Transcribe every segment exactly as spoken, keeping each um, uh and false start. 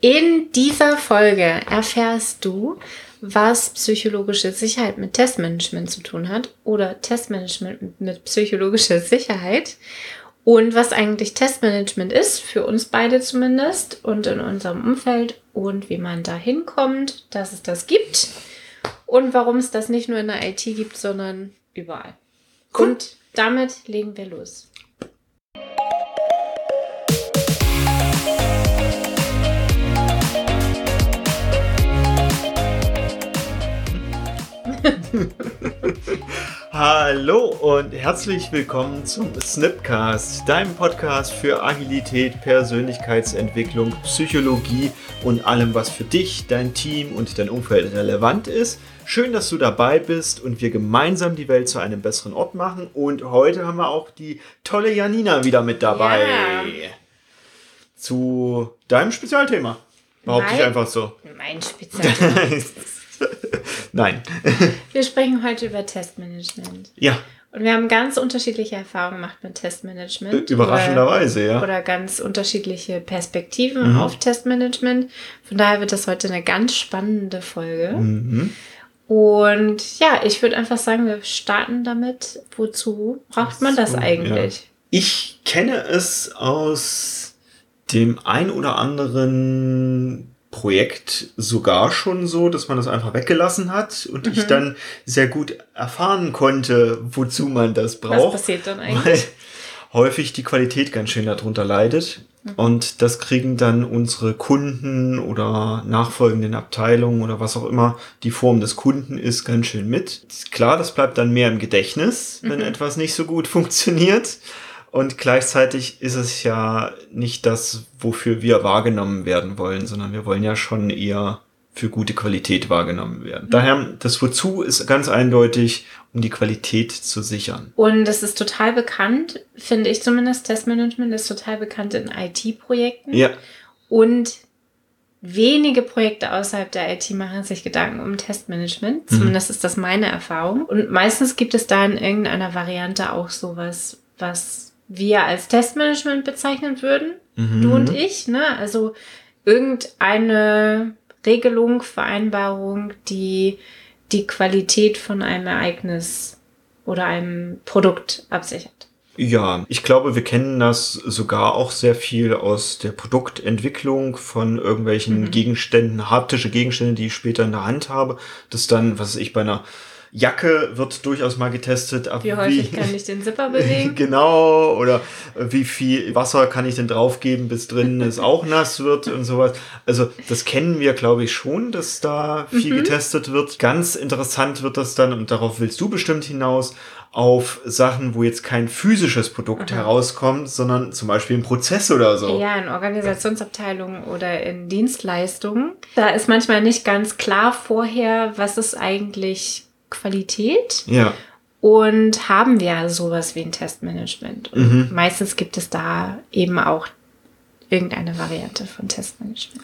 In dieser Folge erfährst du, was psychologische Sicherheit mit Testmanagement zu tun hat oder Testmanagement mit psychologischer Sicherheit und was eigentlich Testmanagement ist, für uns beide zumindest und in unserem Umfeld und wie man da hinkommt, dass es das gibt und warum es das nicht nur in der I T gibt, sondern überall. Cool. Und damit legen wir los. Hallo und herzlich willkommen zum Snipcast, deinem Podcast für Agilität, Persönlichkeitsentwicklung, Psychologie und allem, was für dich, dein Team und dein Umfeld relevant ist. Schön, dass du dabei bist und wir gemeinsam die Welt zu einem besseren Ort machen. Und heute haben wir auch die tolle Janina wieder mit dabei. Ja. Zu deinem Spezialthema. Behaupte ich einfach so. Mein Spezialthema. Nein. Wir sprechen heute über Testmanagement. Ja. Und wir haben ganz unterschiedliche Erfahrungen gemacht mit Testmanagement. Überraschenderweise, oder, ja. Oder ganz unterschiedliche Perspektiven mhm. auf Testmanagement. Von daher wird das heute eine ganz spannende Folge. Mhm. Und ja, ich würde einfach sagen, wir starten damit. Wozu braucht man das eigentlich? Ja. Ich kenne es aus dem ein oder anderen Projekt sogar schon so, dass man das einfach weggelassen hat und mhm. ich dann sehr gut erfahren konnte, wozu man das braucht. Was passiert dann eigentlich? Weil häufig die Qualität ganz schön darunter leidet mhm. und das kriegen dann unsere Kunden oder nachfolgenden Abteilungen oder was auch immer die Form des Kunden ist, ganz schön mit. Klar, das bleibt dann mehr im Gedächtnis, wenn mhm. etwas nicht so gut funktioniert. Und gleichzeitig ist es ja nicht das, wofür wir wahrgenommen werden wollen, sondern wir wollen ja schon eher für gute Qualität wahrgenommen werden. Mhm. Daher, das Wozu ist ganz eindeutig, um die Qualität zu sichern. Und das ist total bekannt, finde ich zumindest, Testmanagement ist total bekannt in I T-Projekten. Ja. Und wenige Projekte außerhalb der I T machen sich Gedanken um Testmanagement. Mhm. Zumindest ist das meine Erfahrung. Und meistens gibt es da in irgendeiner Variante auch sowas, was wir als Testmanagement bezeichnen würden, mhm. du und ich, ne? Also irgendeine Regelung, Vereinbarung, die die Qualität von einem Ereignis oder einem Produkt absichert. Ja, ich glaube, wir kennen das sogar auch sehr viel aus der Produktentwicklung von irgendwelchen mhm. Gegenständen, haptische Gegenstände, die ich später in der Hand habe, das dann, was weiß ich, bei einer Jacke wird durchaus mal getestet. Wie häufig wie, kann ich den Zipper bewegen? Genau, oder wie viel Wasser kann ich denn draufgeben, bis drinnen es auch nass wird und sowas. Also das kennen wir, glaube ich, schon, dass da viel mhm. getestet wird. Ganz interessant wird das dann, und darauf willst du bestimmt hinaus, auf Sachen, wo jetzt kein physisches Produkt mhm. herauskommt, sondern zum Beispiel ein Prozess oder so. Ja, in Organisationsabteilungen oder in Dienstleistungen. Da ist manchmal nicht ganz klar vorher, was ist eigentlich Qualität. Ja. Und haben wir sowas wie ein Testmanagement. Und mhm. meistens gibt es da eben auch irgendeine Variante von Testmanagement.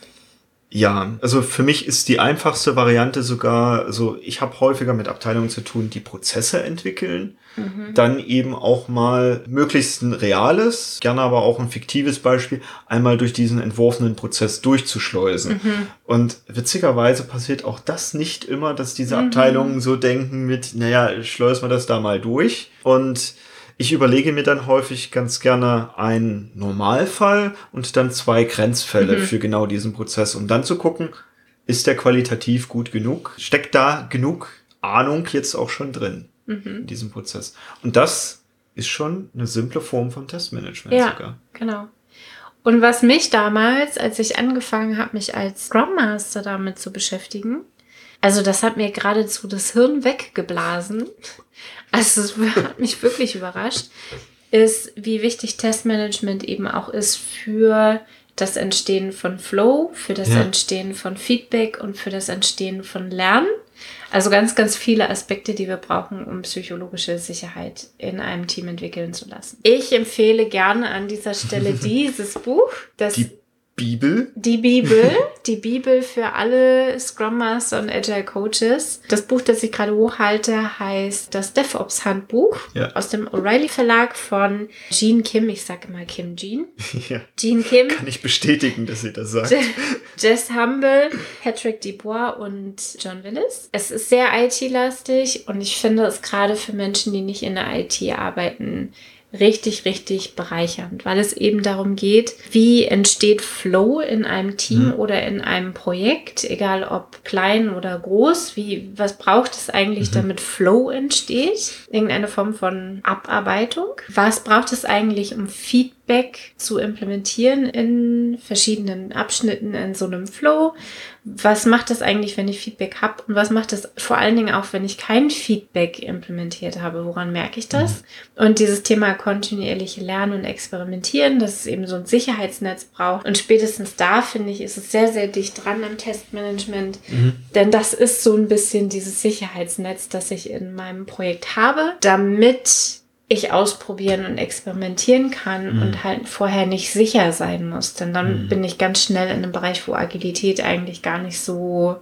Ja, also für mich ist die einfachste Variante sogar, also ich habe häufiger mit Abteilungen zu tun, die Prozesse entwickeln, mhm. dann eben auch mal möglichst ein reales, gerne aber auch ein fiktives Beispiel, einmal durch diesen entworfenen Prozess durchzuschleusen. Mhm. Und witzigerweise passiert auch das nicht immer, dass diese mhm. Abteilungen so denken mit, naja, schleusen wir das da mal durch. Und ich überlege mir dann häufig ganz gerne einen Normalfall und dann zwei Grenzfälle mhm. für genau diesen Prozess, um dann zu gucken, ist der qualitativ gut genug? Steckt da genug Ahnung jetzt auch schon drin mhm. in diesem Prozess? Und das ist schon eine simple Form von Testmanagement ja, sogar. Genau. Und was mich damals, als ich angefangen habe, mich als Scrum Master damit zu beschäftigen, also das hat mir geradezu das Hirn weggeblasen. Also es hat mich wirklich überrascht, ist, wie wichtig Testmanagement eben auch ist für das Entstehen von Flow, für das ja. Entstehen von Feedback und für das Entstehen von Lernen. Also ganz, ganz viele Aspekte, die wir brauchen, um psychologische Sicherheit in einem Team entwickeln zu lassen. Ich empfehle gerne an dieser Stelle dieses Buch. Das Die Bibel? Die Bibel, die Bibel für alle Scrum Master und Agile Coaches. Das Buch, das ich gerade hochhalte, heißt das DevOps Handbuch ja. aus dem O'Reilly Verlag von Jean Kim. Ich sage immer Kim Jean. Ja. Jean Kim. Kann ich bestätigen, dass sie das sagt. Je- Jess Humble, Patrick Dubois und John Willis. Es ist sehr I T-lastig und ich finde es gerade für Menschen, die nicht in der I T arbeiten, richtig, richtig bereichernd, weil es eben darum geht, wie entsteht Flow in einem Team mhm. oder in einem Projekt, egal ob klein oder groß, wie, was braucht es eigentlich, mhm. damit Flow entsteht? Irgendeine Form von Abarbeitung. Was braucht es eigentlich, um Feedback zu implementieren in verschiedenen Abschnitten in so einem Flow? Was macht das eigentlich, wenn ich Feedback habe? Und was macht das vor allen Dingen auch, wenn ich kein Feedback implementiert habe? Woran merke ich das? Mhm. Und dieses Thema kontinuierliche Lernen und Experimentieren, dass es eben so ein Sicherheitsnetz braucht. Und spätestens da, finde ich, ist es sehr, sehr dicht dran am Testmanagement. Mhm. Denn das ist so ein bisschen dieses Sicherheitsnetz, das ich in meinem Projekt habe, damit ich ausprobieren und experimentieren kann mhm. und halt vorher nicht sicher sein muss. Denn dann mhm. bin ich ganz schnell in einem Bereich, wo Agilität eigentlich gar nicht so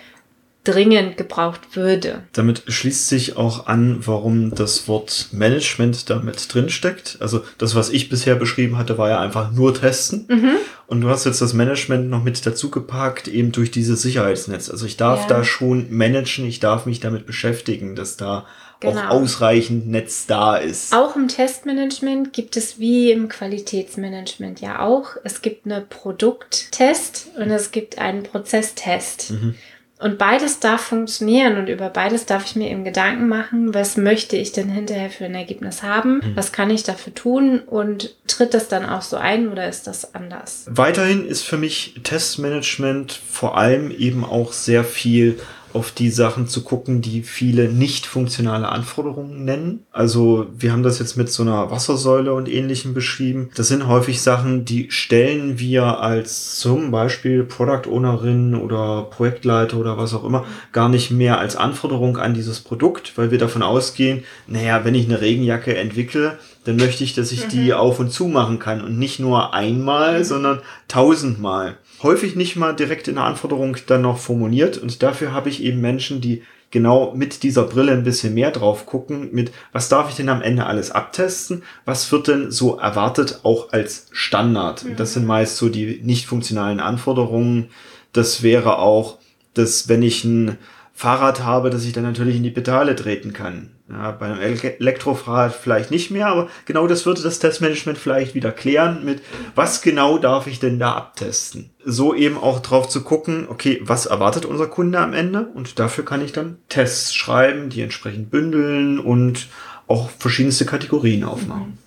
dringend gebraucht würde. Damit schließt sich auch an, warum das Wort Management damit drin steckt. Also das, was ich bisher beschrieben hatte, war ja einfach nur Testen. Mhm. Und du hast jetzt das Management noch mit dazu gepackt, eben durch dieses Sicherheitsnetz. Also ich darf ja. da schon managen, ich darf mich damit beschäftigen, dass da Genau. auch ausreichend Netz da ist. Auch im Testmanagement gibt es wie im Qualitätsmanagement ja auch. Es gibt eine Produkttest und es gibt einen Prozesstest. Mhm. Und beides darf funktionieren und über beides darf ich mir eben Gedanken machen, was möchte ich denn hinterher für ein Ergebnis haben? Mhm. Was kann ich dafür tun? Und tritt das dann auch so ein oder ist das anders? Weiterhin ist für mich Testmanagement vor allem eben auch sehr viel auf die Sachen zu gucken, die viele nicht funktionale Anforderungen nennen. Also wir haben das jetzt mit so einer Wassersäule und Ähnlichem beschrieben. Das sind häufig Sachen, die stellen wir als zum Beispiel Product Ownerin oder Projektleiter oder was auch immer gar nicht mehr als Anforderung an dieses Produkt, weil wir davon ausgehen, naja, wenn ich eine Regenjacke entwickle, dann möchte ich, dass ich mhm. die auf und zu machen kann und nicht nur einmal, mhm. sondern tausendmal. Häufig nicht mal direkt in der Anforderung dann noch formuliert und dafür habe ich eben Menschen, die genau mit dieser Brille ein bisschen mehr drauf gucken, mit was darf ich denn am Ende alles abtesten, was wird denn so erwartet auch als Standard. Mhm. Und das sind meist so die nicht funktionalen Anforderungen. Das wäre auch, dass wenn ich ein Fahrrad habe, dass ich dann natürlich in die Pedale treten kann. Ja, bei einem Elektrofahrrad vielleicht nicht mehr, aber genau das würde das Testmanagement vielleicht wieder klären mit, was genau darf ich denn da abtesten? So eben auch drauf zu gucken, okay, was erwartet unser Kunde am Ende? Und dafür kann ich dann Tests schreiben, die entsprechend bündeln und auch verschiedenste Kategorien aufmachen.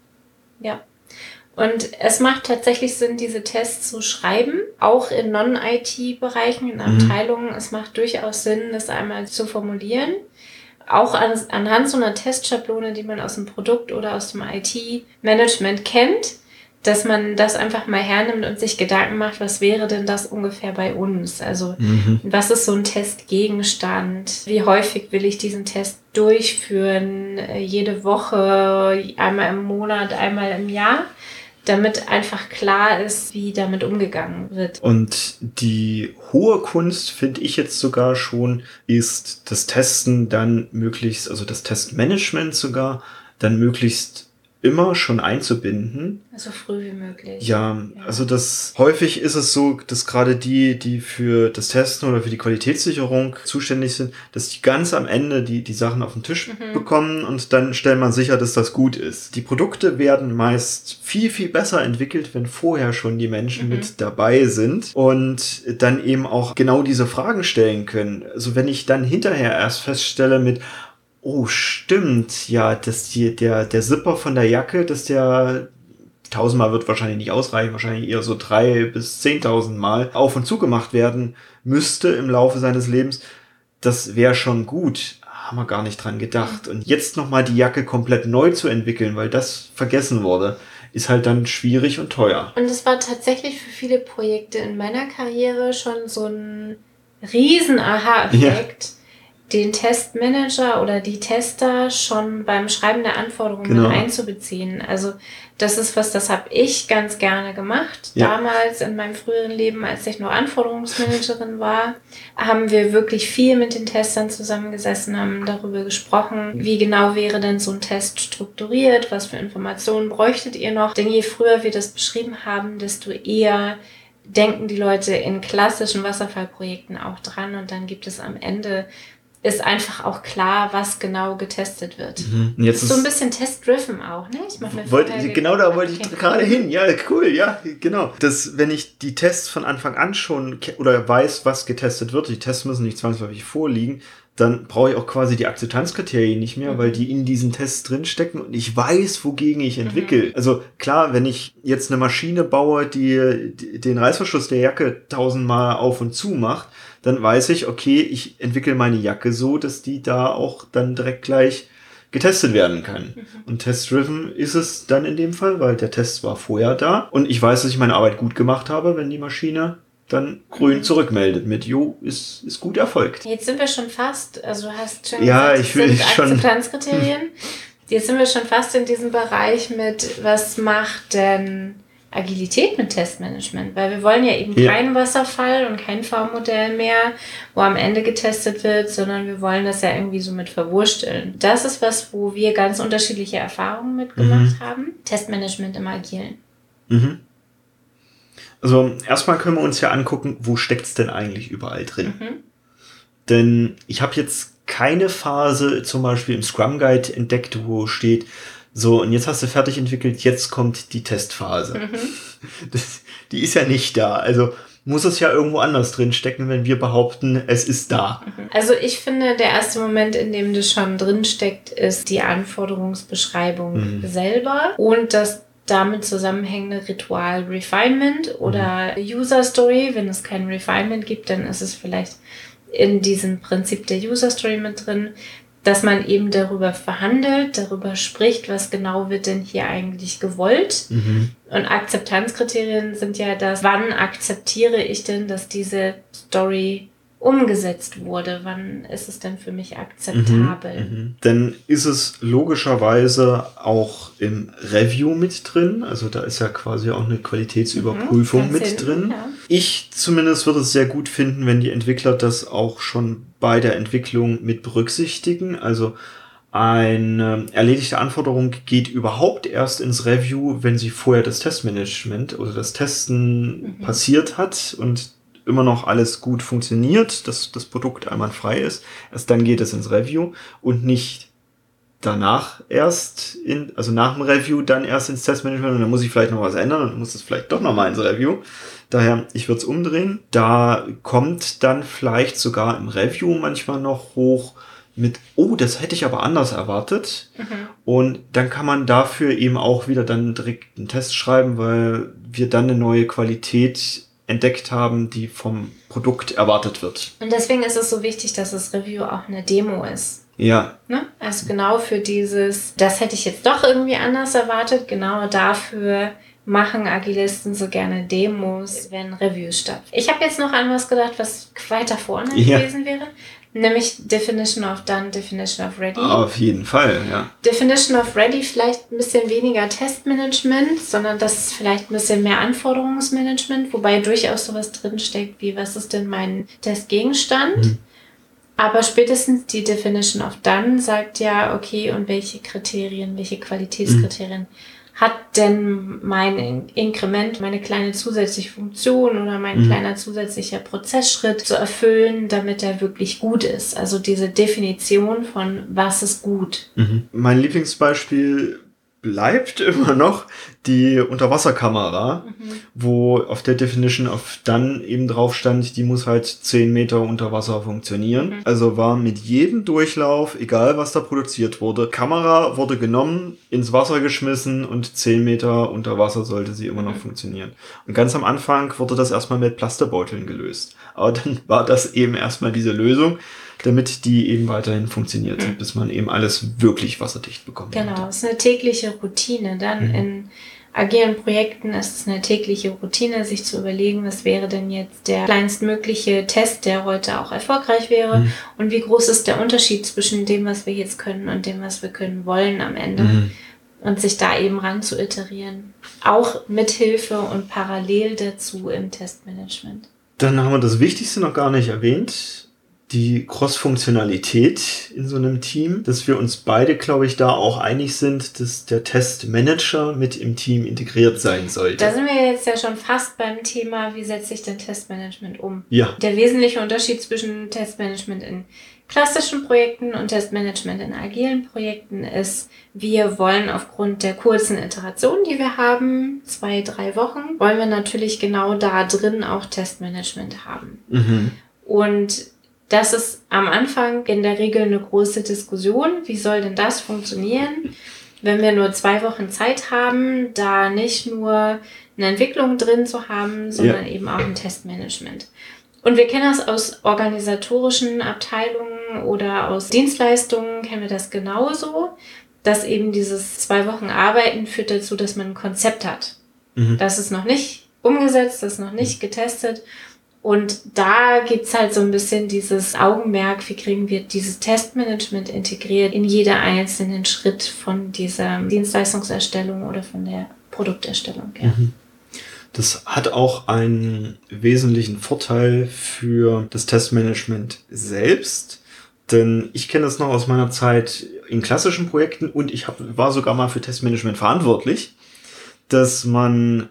Ja. Und es macht tatsächlich Sinn, diese Tests zu schreiben, auch in Non-I T-Bereichen, in Abteilungen. Mhm. Es macht durchaus Sinn, das einmal zu formulieren. Auch an, anhand so einer Testschablone, die man aus dem Produkt oder aus dem I T-Management kennt, dass man das einfach mal hernimmt und sich Gedanken macht, was wäre denn das ungefähr bei uns? Also mhm. was ist so ein Testgegenstand? Wie häufig will ich diesen Test durchführen? Jede Woche, einmal im Monat, einmal im Jahr? Damit einfach klar ist, wie damit umgegangen wird. Und die hohe Kunst, finde ich jetzt sogar schon, ist das Testen dann möglichst, also das Testmanagement sogar, dann möglichst immer schon einzubinden. So früh wie möglich. Ja, ja, also das häufig ist es so, dass gerade die, die für das Testen oder für die Qualitätssicherung zuständig sind, dass die ganz am Ende die, die Sachen auf den Tisch mhm. bekommen und dann stellt man sicher, dass das gut ist. Die Produkte werden meist viel, viel besser entwickelt, wenn vorher schon die Menschen mhm. mit dabei sind und dann eben auch genau diese Fragen stellen können. Also wenn ich dann hinterher erst feststelle mit, oh, stimmt, ja, dass die, der, der Zipper von der Jacke, dass der tausendmal wird wahrscheinlich nicht ausreichen, wahrscheinlich eher so drei bis zehntausend Mal auf und zu gemacht werden müsste im Laufe seines Lebens. Das wäre schon gut. Haben wir gar nicht dran gedacht. Und jetzt nochmal die Jacke komplett neu zu entwickeln, weil das vergessen wurde, ist halt dann schwierig und teuer. Und es war tatsächlich für viele Projekte in meiner Karriere schon so ein riesen Aha-Effekt, ja. den Testmanager oder die Tester schon beim Schreiben der Anforderungen genau. mit einzubeziehen. Also das ist was, das habe ich ganz gerne gemacht. Ja. Damals in meinem früheren Leben, als ich noch Anforderungsmanagerin war, haben wir wirklich viel mit den Testern zusammengesessen, haben darüber gesprochen, wie genau wäre denn so ein Test strukturiert, was für Informationen bräuchtet ihr noch. Denn je früher wir das beschrieben haben, desto eher denken die Leute in klassischen Wasserfallprojekten auch dran und dann gibt es am Ende ist einfach auch klar, was genau getestet wird. Mhm. Und jetzt ist so ein bisschen test-driven auch, ne? Ich mach mir wollte, genau da wollte okay. ich gerade hin. Ja, cool, ja, genau. Das, wenn ich die Tests von Anfang an schon ke- oder weiß, was getestet wird, die Tests müssen nicht zwangsläufig vorliegen, dann brauche ich auch quasi die Akzeptanzkriterien nicht mehr, mhm. weil die in diesen Tests drinstecken und ich weiß, wogegen ich entwickle. Mhm. Also klar, wenn ich jetzt eine Maschine baue, die, die den Reißverschluss der Jacke tausendmal auf und zu macht, dann weiß ich, okay, ich entwickle meine Jacke so, dass die da auch dann direkt gleich getestet werden kann. Mhm. Und test-driven ist es dann in dem Fall, weil der Test war vorher da und ich weiß, dass ich meine Arbeit gut gemacht habe, wenn die Maschine dann grün mhm. zurückmeldet mit, jo, ist, ist gut erfolgt. Jetzt sind wir schon fast, also du hast schon ja, gesagt, ich will sind schon Akzeptanzkriterien. Jetzt sind wir schon fast in diesem Bereich mit, was macht denn Agilität mit Testmanagement, weil wir wollen ja eben ja. keinen Wasserfall und kein V-Modell mehr, wo am Ende getestet wird, sondern wir wollen das ja irgendwie so mit verwursteln. Das ist was, wo wir ganz unterschiedliche Erfahrungen mitgemacht mhm. haben. Testmanagement im Agilen. Mhm. Also erstmal können wir uns ja angucken, wo steckt's denn eigentlich überall drin? Mhm. Denn ich habe jetzt keine Phase zum Beispiel im Scrum Guide entdeckt, wo steht, so, und jetzt hast du fertig entwickelt, jetzt kommt die Testphase. Mhm. Das, die ist ja nicht da. Also muss es ja irgendwo anders drin stecken, wenn wir behaupten, es ist da. Also ich finde, der erste Moment, in dem das schon drin steckt, ist die Anforderungsbeschreibung mhm. selber und das damit zusammenhängende Ritual Refinement oder mhm. User Story. Wenn es kein Refinement gibt, dann ist es vielleicht in diesem Prinzip der User Story mit drin, dass man eben darüber verhandelt, darüber spricht, was genau wird denn hier eigentlich gewollt. Mhm. Und Akzeptanzkriterien sind ja das, wann akzeptiere ich denn, dass diese Story umgesetzt wurde? Wann ist es denn für mich akzeptabel? Mhm, mhm. Dann ist es logischerweise auch im Review mit drin. Also da ist ja quasi auch eine Qualitätsüberprüfung mhm, mit hin, drin. Ja. Ich zumindest würde es sehr gut finden, wenn die Entwickler das auch schon bei der Entwicklung mit berücksichtigen. Also eine erledigte Anforderung geht überhaupt erst ins Review, wenn sie vorher das Testmanagement oder das Testen mhm. passiert hat und immer noch alles gut funktioniert, dass das Produkt einwandfrei ist. Erst dann geht es ins Review und nicht danach erst, in, also nach dem Review dann erst ins Testmanagement und dann muss ich vielleicht noch was ändern und dann muss es vielleicht doch nochmal ins Review. Daher, ich würde es umdrehen. Da kommt dann vielleicht sogar im Review manchmal noch hoch mit, oh, das hätte ich aber anders erwartet. Mhm. Und dann kann man dafür eben auch wieder dann direkt einen Test schreiben, weil wir dann eine neue Qualität entdeckt haben, die vom Produkt erwartet wird. Und deswegen ist es so wichtig, dass das Review auch eine Demo ist. Ja. Ne? Also genau für dieses, das hätte ich jetzt doch irgendwie anders erwartet, genau dafür machen Agilisten so gerne Demos, wenn Reviews stattfinden. Ich habe jetzt noch an was gedacht, was weiter vorne ja. gewesen wäre. Nämlich Definition of Done, Definition of Ready. Auf jeden Fall, ja. Definition of Ready vielleicht ein bisschen weniger Testmanagement, sondern das ist vielleicht ein bisschen mehr Anforderungsmanagement, wobei durchaus sowas drinsteckt wie, was ist denn mein Testgegenstand? Mhm. Aber spätestens die Definition of Done sagt ja, okay, und welche Kriterien, welche Qualitätskriterien mhm. hat denn mein Inkrement, meine kleine zusätzliche Funktion oder mein mhm. kleiner zusätzlicher Prozessschritt zu erfüllen, damit er wirklich gut ist? Also diese Definition von was ist gut. Mhm. Mein Lieblingsbeispiel bleibt immer noch die Unterwasserkamera, mhm. wo auf der Definition of Done eben drauf stand, die muss halt zehn Meter unter Wasser funktionieren. Mhm. Also war mit jedem Durchlauf, egal was da produziert wurde, Kamera wurde genommen, ins Wasser geschmissen und zehn Meter unter Wasser sollte sie immer noch mhm. funktionieren. Und ganz am Anfang wurde das erstmal mit Plasterbeuteln gelöst. Aber dann war das eben erstmal diese Lösung, damit die eben weiterhin funktioniert, mhm. bis man eben alles wirklich wasserdicht bekommt. Genau, es ist eine tägliche Routine. Dann mhm. in agilen Projekten ist es eine tägliche Routine, sich zu überlegen, was wäre denn jetzt der kleinstmögliche Test, der heute auch erfolgreich wäre mhm. und wie groß ist der Unterschied zwischen dem, was wir jetzt können und dem, was wir können wollen am Ende mhm. und sich da eben ran zu iterieren. Auch mit Hilfe und parallel dazu im Testmanagement. Dann haben wir das Wichtigste noch gar nicht erwähnt, die Cross-Funktionalität in so einem Team, dass wir uns beide, glaube ich, da auch einig sind, dass der Testmanager mit im Team integriert sein sollte. Da sind wir jetzt ja schon fast beim Thema, wie setze ich denn Testmanagement um? Ja. Der wesentliche Unterschied zwischen Testmanagement in klassischen Projekten und Testmanagement in agilen Projekten ist, wir wollen aufgrund der kurzen Iteration, die wir haben, zwei, drei Wochen, wollen wir natürlich genau da drin auch Testmanagement haben. Mhm. Und das ist am Anfang in der Regel eine große Diskussion. Wie soll denn das funktionieren, wenn wir nur zwei Wochen Zeit haben, da nicht nur eine Entwicklung drin zu haben, sondern ja. eben auch ein Testmanagement. Und wir kennen das aus organisatorischen Abteilungen oder aus Dienstleistungen, kennen wir das genauso, dass eben dieses zwei Wochen Arbeiten führt dazu, dass man ein Konzept hat. Mhm. Das ist noch nicht umgesetzt, das ist noch nicht getestet. Und da gibt's halt so ein bisschen dieses Augenmerk, wie kriegen wir dieses Testmanagement integriert in jeder einzelnen Schritt von dieser Dienstleistungserstellung oder von der Produkterstellung. Ja. Das hat auch einen wesentlichen Vorteil für das Testmanagement selbst, denn ich kenne das noch aus meiner Zeit in klassischen Projekten und ich hab, war sogar mal für Testmanagement verantwortlich, dass man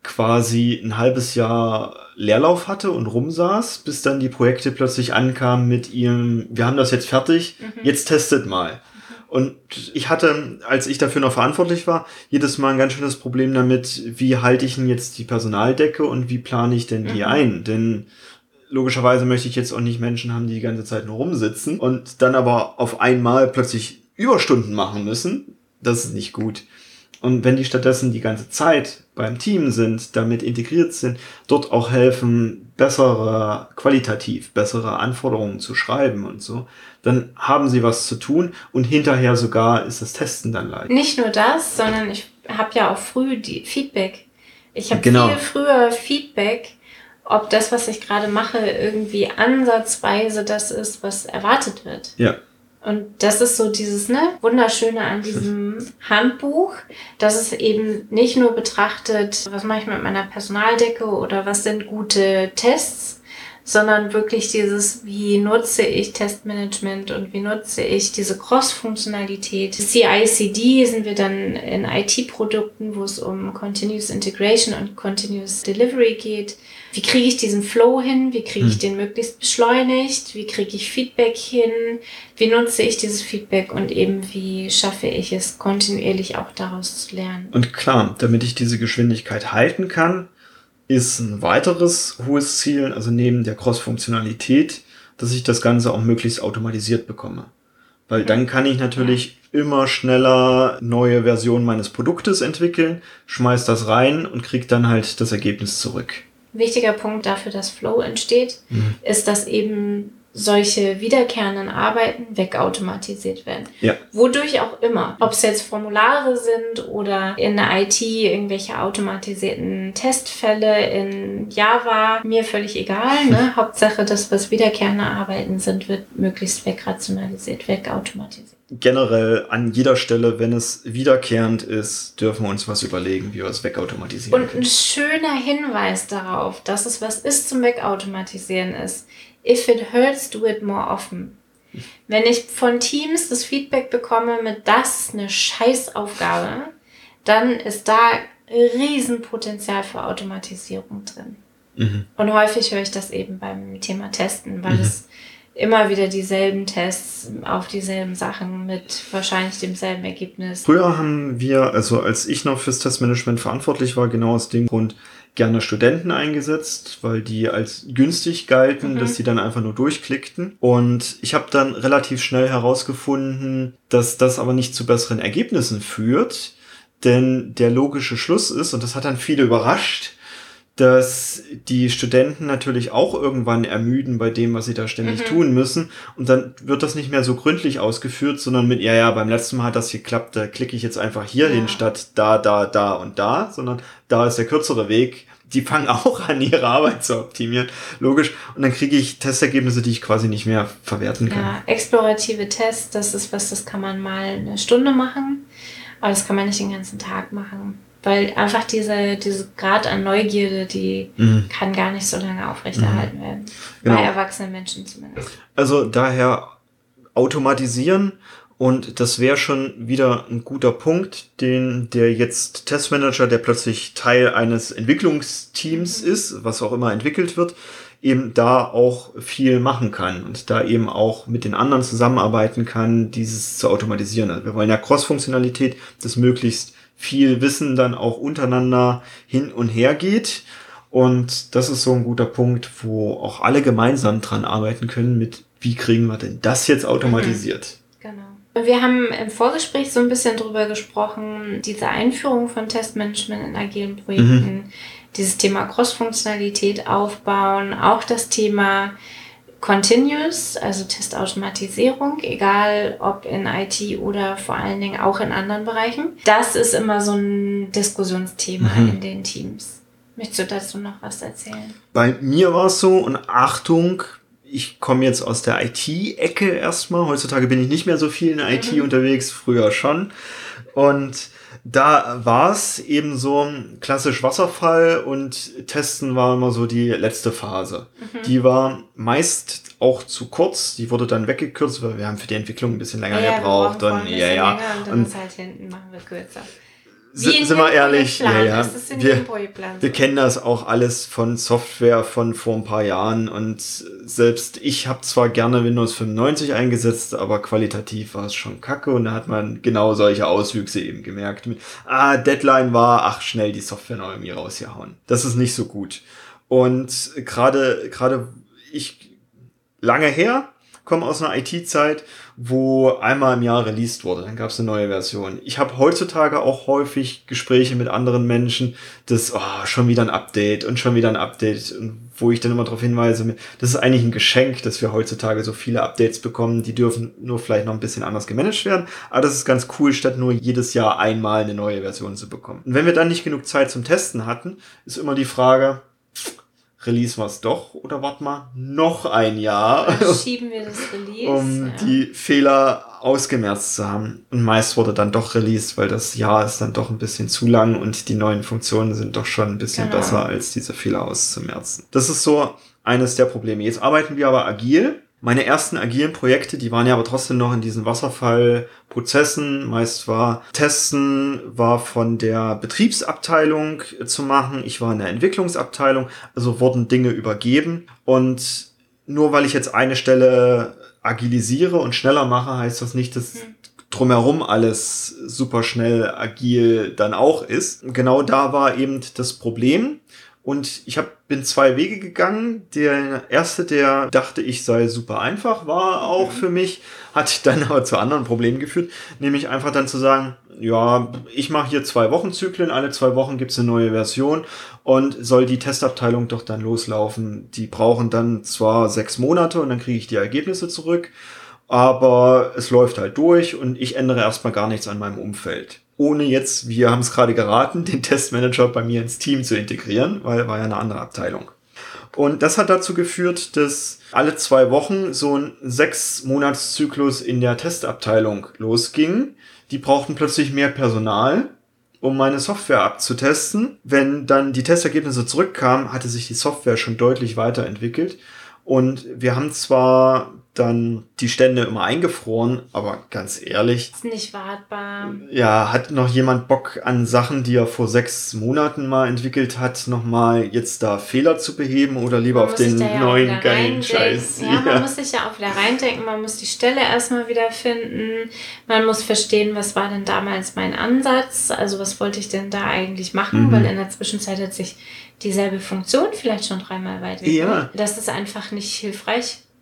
quasi ein halbes Jahr Leerlauf hatte und rumsaß, bis dann die Projekte plötzlich ankamen mit ihrem, wir haben das jetzt fertig, mhm. jetzt testet mal. Und ich hatte, als ich dafür noch verantwortlich war, jedes Mal ein ganz schönes Problem damit, wie halte ich denn jetzt die Personaldecke und wie plane ich denn die mhm. ein? Denn logischerweise möchte ich jetzt auch nicht Menschen haben, die die ganze Zeit nur rumsitzen und dann aber auf einmal plötzlich Überstunden machen müssen. Das ist nicht gut. Und wenn die stattdessen die ganze Zeit beim Team sind, damit integriert sind, dort auch helfen, bessere, qualitativ bessere Anforderungen zu schreiben und so, dann haben sie was zu tun und hinterher sogar ist das Testen dann leicht. Nicht nur das, sondern ich habe ja auch früh die Feedback. Ich habe genau. viel früher Feedback, ob das, was ich gerade mache, irgendwie ansatzweise das ist, was erwartet wird. Ja. Und das ist so dieses, ne, Wunderschöne an diesem Handbuch, dass es eben nicht nur betrachtet, was mache ich mit meiner Personaldecke oder was sind gute Tests, sondern wirklich dieses, wie nutze ich Testmanagement und wie nutze ich diese Cross-Funktionalität. C I C D sind wir dann in I T-Produkten, wo es um Continuous Integration und Continuous Delivery geht. Wie kriege ich diesen Flow hin? Wie kriege ich den möglichst beschleunigt? Wie kriege ich Feedback hin? Wie nutze ich dieses Feedback und eben wie schaffe ich es, kontinuierlich auch daraus zu lernen? Und klar, damit ich diese Geschwindigkeit halten kann, ist ein weiteres hohes Ziel, also neben der Cross-Funktionalität, dass ich das Ganze auch möglichst automatisiert bekomme. Weil dann kann ich natürlich immer schneller neue Versionen meines Produktes entwickeln, schmeiß das rein und kriege dann halt das Ergebnis zurück. Wichtiger Punkt dafür, dass Flow entsteht, mhm. ist, dass eben solche wiederkehrenden Arbeiten wegautomatisiert werden. Ja. Wodurch auch immer. Ob es jetzt Formulare sind oder in der I T irgendwelche automatisierten Testfälle in Java, mir völlig egal. Ne? Hauptsache, das, was wiederkehrende Arbeiten sind, wird möglichst wegrationalisiert, wegautomatisiert. Generell an jeder Stelle, wenn es wiederkehrend ist, dürfen wir uns was überlegen, wie wir es wegautomatisieren können. Und ein schöner Hinweis darauf, dass es was ist zum Wegautomatisieren ist, if it hurts, do it more often. Wenn ich von Teams das Feedback bekomme mit das eine Scheißaufgabe, dann ist da Riesenpotenzial für Automatisierung drin. Mhm. Und häufig höre ich das eben beim Thema Testen, weil mhm. es immer wieder dieselben Tests auf dieselben Sachen mit wahrscheinlich demselben Ergebnis. Früher haben wir, also als ich noch fürs Testmanagement verantwortlich war, genau aus dem Grund gerne Studenten eingesetzt, weil die als günstig galten, mhm. dass die dann einfach nur durchklickten. Und ich habe dann relativ schnell herausgefunden, dass das aber nicht zu besseren Ergebnissen führt, denn der logische Schluss ist, und das hat dann viele überrascht, dass die Studenten natürlich auch irgendwann ermüden bei dem, was sie da ständig mhm. tun müssen. Und dann wird das nicht mehr so gründlich ausgeführt, sondern mit, ja, ja, beim letzten Mal hat das geklappt, da klicke ich jetzt einfach hier ja. hin, statt da, da, da und da, sondern da ist der kürzere Weg. Die fangen auch an, ihre Arbeit zu optimieren, logisch. Und dann kriege ich Testergebnisse, die ich quasi nicht mehr verwerten kann. Ja, explorative Tests, das ist was, das kann man mal eine Stunde machen, aber das kann man nicht den ganzen Tag machen. Weil einfach diese, diese Grad an Neugierde, die mhm. kann gar nicht so lange aufrechterhalten mhm. werden. Genau. Bei erwachsenen Menschen zumindest. Also daher automatisieren. Und das wäre schon wieder ein guter Punkt, den der jetzt Testmanager, der plötzlich Teil eines Entwicklungsteams mhm. ist, was auch immer entwickelt wird, eben da auch viel machen kann und da eben auch mit den anderen zusammenarbeiten kann, dieses zu automatisieren. Also wir wollen ja Cross-Funktionalität, dass möglichst viel Wissen dann auch untereinander hin und her geht. Und das ist so ein guter Punkt, wo auch alle gemeinsam dran arbeiten können mit, wie kriegen wir denn das jetzt automatisiert? Mhm. Genau. Wir haben im Vorgespräch so ein bisschen drüber gesprochen, diese Einführung von Testmanagement in agilen Projekten, mhm. dieses Thema Cross-Funktionalität aufbauen, auch das Thema Continuous, also Testautomatisierung, egal ob in I T oder vor allen Dingen auch in anderen Bereichen. Das ist immer so ein Diskussionsthema mhm. in den Teams. Möchtest du dazu noch was erzählen? Bei mir war es so, und Achtung, ich komme jetzt aus der I T-Ecke erstmal. Heutzutage bin ich nicht mehr so viel in der I T mhm. unterwegs, früher schon. Und da war es eben so klassisch Wasserfall und Testen war immer so die letzte Phase. Mhm. Die war meist auch zu kurz. Die wurde dann weggekürzt, weil wir haben für die Entwicklung ein bisschen länger ja, gebraucht. Wir und, ja, ja. Und dann und ist halt hinten, machen wir kürzer. Sind wir ehrlich, ja, ja. Wir, wir kennen das auch alles von Software von vor ein paar Jahren und selbst ich habe zwar gerne Windows fünfundneunzig eingesetzt, aber qualitativ war es schon kacke und da hat man genau solche Auswüchse eben gemerkt. Mit, ah, Deadline war, ach, schnell die Software noch irgendwie rausgehauen. Das ist nicht so gut. Und gerade, gerade ich, lange her, komme aus einer I T-Zeit, wo einmal im Jahr released wurde. Dann gab es eine neue Version. Ich habe heutzutage auch häufig Gespräche mit anderen Menschen, dass oh, schon wieder ein Update und schon wieder ein Update, wo ich dann immer darauf hinweise, das ist eigentlich ein Geschenk, dass wir heutzutage so viele Updates bekommen. Die dürfen nur vielleicht noch ein bisschen anders gemanagt werden. Aber das ist ganz cool, statt nur jedes Jahr einmal eine neue Version zu bekommen. Und wenn wir dann nicht genug Zeit zum Testen hatten, ist immer die Frage, Release wir es doch oder warten wir noch ein Jahr, dann schieben wir das Release, um ja. die Fehler ausgemerzt zu haben. Und meist wurde dann doch released, weil das Jahr ist dann doch ein bisschen zu lang und die neuen Funktionen sind doch schon ein bisschen genau. besser, als diese Fehler auszumerzen. Das ist so eines der Probleme. Jetzt arbeiten wir aber agil. Meine ersten agilen Projekte, die waren ja aber trotzdem noch in diesen Wasserfallprozessen. Meist war Testen, war von der Betriebsabteilung zu machen. Ich war in der Entwicklungsabteilung, also wurden Dinge übergeben. Und nur weil ich jetzt eine Stelle agilisiere und schneller mache, heißt das nicht, dass drumherum alles super schnell agil dann auch ist. Genau da war eben das Problem. Und ich hab, bin zwei Wege gegangen. Der erste, der dachte, ich sei super einfach, war auch für mich, hat dann aber zu anderen Problemen geführt, nämlich einfach dann zu sagen, ja, ich mache hier zwei Wochenzyklen, alle zwei Wochen gibt's eine neue Version und soll die Testabteilung doch dann loslaufen. Die brauchen dann zwar sechs Monate und dann kriege ich die Ergebnisse zurück, aber es läuft halt durch und ich ändere erstmal gar nichts an meinem Umfeld. Ohne jetzt, wir haben es gerade geraten, den Testmanager bei mir ins Team zu integrieren, weil war ja eine andere Abteilung. Und das hat dazu geführt, dass alle zwei Wochen so ein Sechs-Monats-Zyklus in der Testabteilung losging. Die brauchten plötzlich mehr Personal, um meine Software abzutesten. Wenn dann die Testergebnisse zurückkamen, hatte sich die Software schon deutlich weiterentwickelt. Und wir haben zwar dann die Stände immer eingefroren, aber ganz ehrlich. Ist nicht wartbar. Ja, hat noch jemand Bock an Sachen, die er vor sechs Monaten mal entwickelt hat, nochmal jetzt da Fehler zu beheben oder lieber man auf den ja neuen geilen Scheiß? Ja, man ja. muss sich ja auch wieder reindenken, man muss die Stelle erstmal wieder finden, man muss verstehen, was war denn damals mein Ansatz, also was wollte ich denn da eigentlich machen, mhm. weil in der Zwischenzeit hat sich dieselbe Funktion vielleicht schon dreimal weiterentwickelt. Ja. Das ist einfach nicht hilfreich.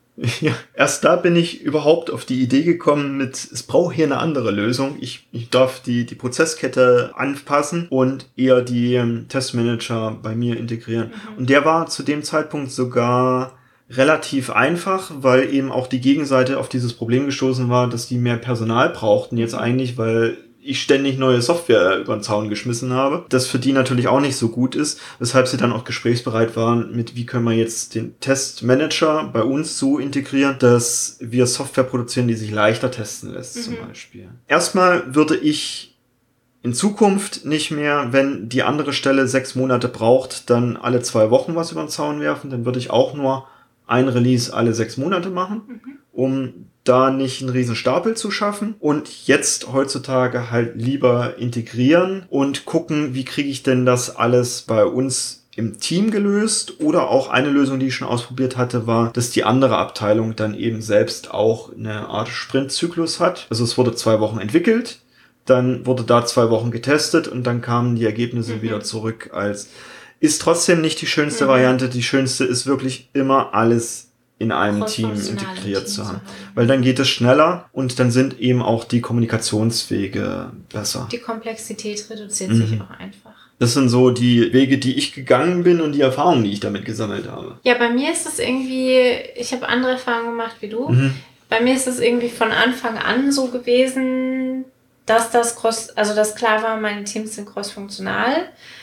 Ja, erst da bin ich überhaupt auf die Idee gekommen mit, es braucht hier eine andere Lösung. Ich, ich darf die, die Prozesskette anpassen und eher die ähm, Testmanager bei mir integrieren. Mhm. Und der war zu dem Zeitpunkt sogar relativ einfach, weil eben auch die Gegenseite auf dieses Problem gestoßen war, dass die mehr Personal brauchten jetzt eigentlich, weil ich ständig neue Software über den Zaun geschmissen habe. Das für die natürlich auch nicht so gut ist, weshalb sie dann auch gesprächsbereit waren mit, wie können wir jetzt den Testmanager bei uns so integrieren, dass wir Software produzieren, die sich leichter testen lässt, mhm. zum Beispiel. Erstmal würde ich in Zukunft nicht mehr, wenn die andere Stelle sechs Monate braucht, dann alle zwei Wochen was über den Zaun werfen. Dann würde ich auch nur ein Release alle sechs Monate machen, mhm. um da nicht einen riesen Stapel zu schaffen und jetzt heutzutage halt lieber integrieren und gucken, wie kriege ich denn das alles bei uns im Team gelöst. Oder auch eine Lösung, die ich schon ausprobiert hatte, war, dass die andere Abteilung dann eben selbst auch eine Art Sprintzyklus hat. Also es wurde zwei Wochen entwickelt, dann wurde da zwei Wochen getestet und dann kamen die Ergebnisse mhm. wieder zurück als, ist trotzdem nicht die schönste mhm. Variante. Die schönste ist wirklich immer alles in einem Team integriert Team zu haben. Weil dann geht es schneller und dann sind eben auch die Kommunikationswege besser. Die Komplexität reduziert mhm. sich auch einfach. Das sind so die Wege, die ich gegangen bin und die Erfahrungen, die ich damit gesammelt habe. Ja, bei mir ist es irgendwie, ich habe andere Erfahrungen gemacht wie du. Mhm. Bei mir ist es irgendwie von Anfang an so gewesen, dass das cross, also dass klar war, meine Teams sind crossfunktional.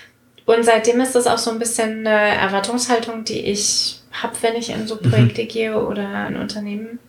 Und seitdem ist das auch so ein bisschen eine Erwartungshaltung, die ich habe, wenn ich in so Projekte mhm. gehe oder in Unternehmen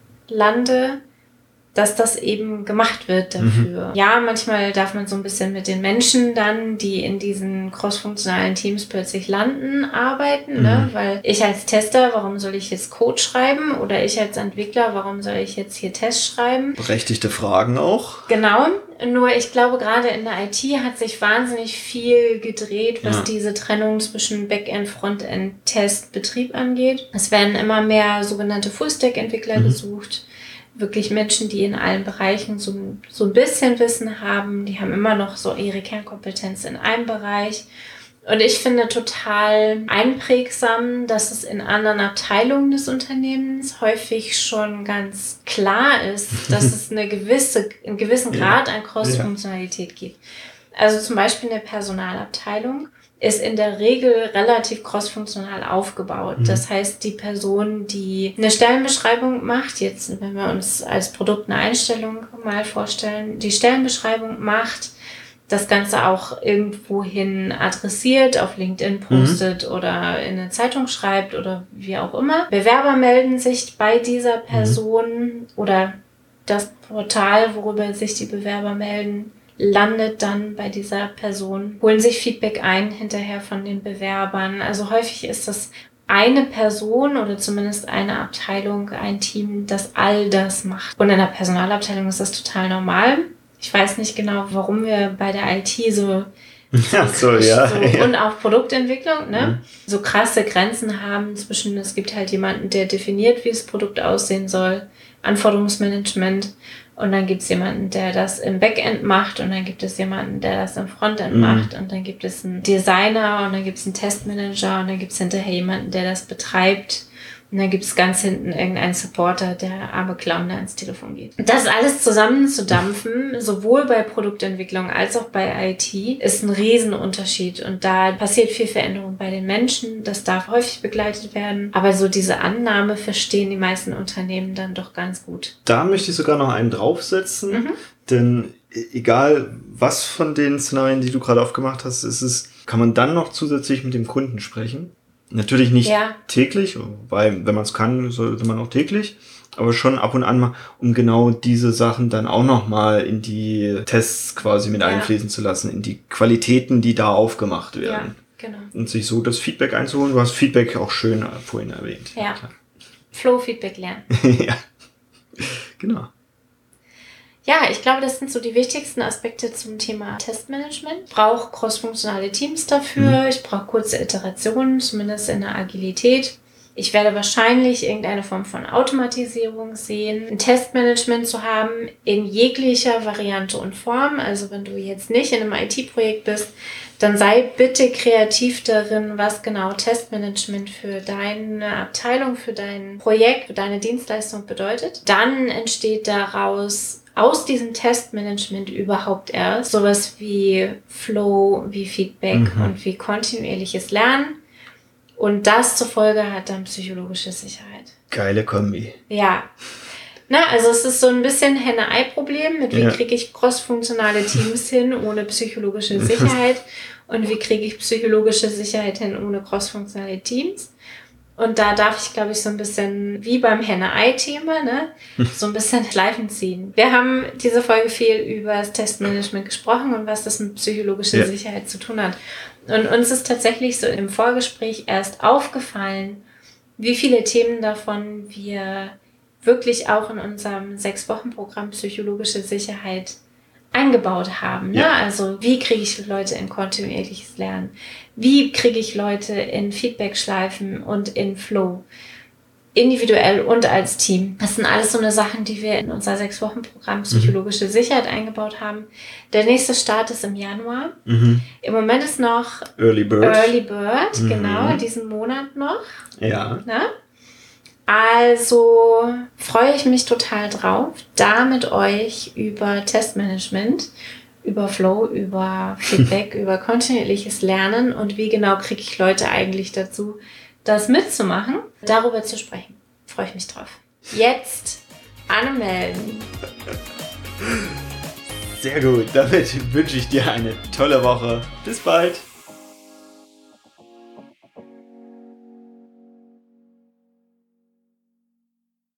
lande, dass das eben gemacht wird dafür. Mhm. Ja, manchmal darf man so ein bisschen mit den Menschen dann, die in diesen crossfunktionalen Teams plötzlich landen, arbeiten, mhm. ne? Weil ich als Tester, warum soll ich jetzt Code schreiben? Oder ich als Entwickler, warum soll ich jetzt hier Tests schreiben? Berechtigte Fragen auch. Genau. Nur ich glaube, gerade in der I T hat sich wahnsinnig viel gedreht, was ja. diese Trennung zwischen Backend, Frontend, Test, Betrieb angeht. Es werden immer mehr sogenannte Full-Stack-Entwickler mhm. gesucht. Wirklich Menschen, die in allen Bereichen so, so ein bisschen Wissen haben. Die haben immer noch so ihre Kernkompetenz in einem Bereich. Und ich finde total einprägsam, dass es in anderen Abteilungen des Unternehmens häufig schon ganz klar ist, dass es eine gewisse, einen gewissen Grad an Cross-Funktionalität ja. gibt. Also zum Beispiel eine Personalabteilung ist in der Regel relativ crossfunktional aufgebaut. Mhm. Das heißt, die Person, die eine Stellenbeschreibung macht, jetzt wenn wir uns als Produkt eine Einstellung mal vorstellen, die Stellenbeschreibung macht, das Ganze auch irgendwohin adressiert, auf LinkedIn postet mhm. oder in eine Zeitung schreibt oder wie auch immer. Bewerber melden sich bei dieser Person mhm. oder das Portal, worüber sich die Bewerber melden, landet dann bei dieser Person, holen sich Feedback ein hinterher von den Bewerbern. Also häufig ist das eine Person oder zumindest eine Abteilung, ein Team, das all das macht. Und in der Personalabteilung ist das total normal. Ich weiß nicht genau, warum wir bei der I T so, ja, so, ja, so ja. und auch Produktentwicklung, ne, mhm. so krasse Grenzen haben zwischen, es gibt halt jemanden, der definiert, wie das Produkt aussehen soll, Anforderungsmanagement, und dann gibt es jemanden, der das im Backend macht, und dann gibt es jemanden, der das im Frontend mhm. macht, und dann gibt es einen Designer, und dann gibt es einen Testmanager, und dann gibt es hinterher jemanden, der das betreibt. Und dann gibt es ganz hinten irgendeinen Supporter, der arme Clown, der ans Telefon geht. Das alles zusammenzudampfen, sowohl bei Produktentwicklung als auch bei I T, ist ein Riesenunterschied. Und da passiert viel Veränderung bei den Menschen. Das darf häufig begleitet werden. Aber so diese Annahme verstehen die meisten Unternehmen dann doch ganz gut. Da möchte ich sogar noch einen draufsetzen. Mhm. Denn egal, was von den Szenarien, die du gerade aufgemacht hast, ist es, kann man dann noch zusätzlich mit dem Kunden sprechen. Natürlich nicht ja. täglich, weil wenn man es kann, sollte man auch täglich, aber schon ab und an mal, um genau diese Sachen dann auch nochmal in die Tests quasi mit ja. einfließen zu lassen, in die Qualitäten, die da aufgemacht werden. Ja, genau. Und sich so das Feedback einzuholen. Du hast Feedback auch schön vorhin erwähnt. Ja, Flow-Feedback lernen. ja, genau. Ja, ich glaube, das sind so die wichtigsten Aspekte zum Thema Testmanagement. Ich brauche crossfunktionale Teams dafür. Mhm. Ich brauche kurze Iterationen, zumindest in der Agilität. Ich werde wahrscheinlich irgendeine Form von Automatisierung sehen, ein Testmanagement zu haben in jeglicher Variante und Form. Also wenn du jetzt nicht in einem I T-Projekt bist, dann sei bitte kreativ darin, was genau Testmanagement für deine Abteilung, für dein Projekt, für deine Dienstleistung bedeutet. Dann entsteht daraus aus diesem Testmanagement überhaupt erst sowas wie Flow, wie Feedback mhm. und wie kontinuierliches Lernen. Und das zur Folge hat dann psychologische Sicherheit. Geile Kombi. Ja. Na, also es ist so ein bisschen Henne-Ei-Problem mit wie ja. kriege ich crossfunktionale Teams hin ohne psychologische Sicherheit und wie kriege ich psychologische Sicherheit hin ohne crossfunktionale Teams. Und da darf ich, glaube ich, so ein bisschen wie beim Henne-Ei-Thema, ne, so ein bisschen Schleifen ziehen. Wir haben diese Folge viel über das Testmanagement gesprochen und was das mit psychologischer ja. Sicherheit zu tun hat. Und uns ist tatsächlich so im Vorgespräch erst aufgefallen, wie viele Themen davon wir wirklich auch in unserem Sechs-Wochen-Programm psychologische Sicherheit eingebaut haben. Ne? Ja. Also wie kriege ich Leute in kontinuierliches Lernen? Wie kriege ich Leute in Feedback-Schleifen und in Flow? Individuell und als Team. Das sind alles so eine Sachen, die wir in unser Sechs-Wochen-Programm psychologische mhm. Sicherheit eingebaut haben. Der nächste Start ist im Januar. Mhm. Im Moment ist noch Early Bird. Early Bird, mhm. genau, diesen Monat noch. Ja. Na? Also freue ich mich total drauf, da mit euch über Testmanagement, über Flow, über Feedback, über kontinuierliches Lernen und wie genau kriege ich Leute eigentlich dazu, das mitzumachen, darüber zu sprechen. Freue ich mich drauf. Jetzt anmelden. Sehr gut, damit wünsche ich dir eine tolle Woche. Bis bald.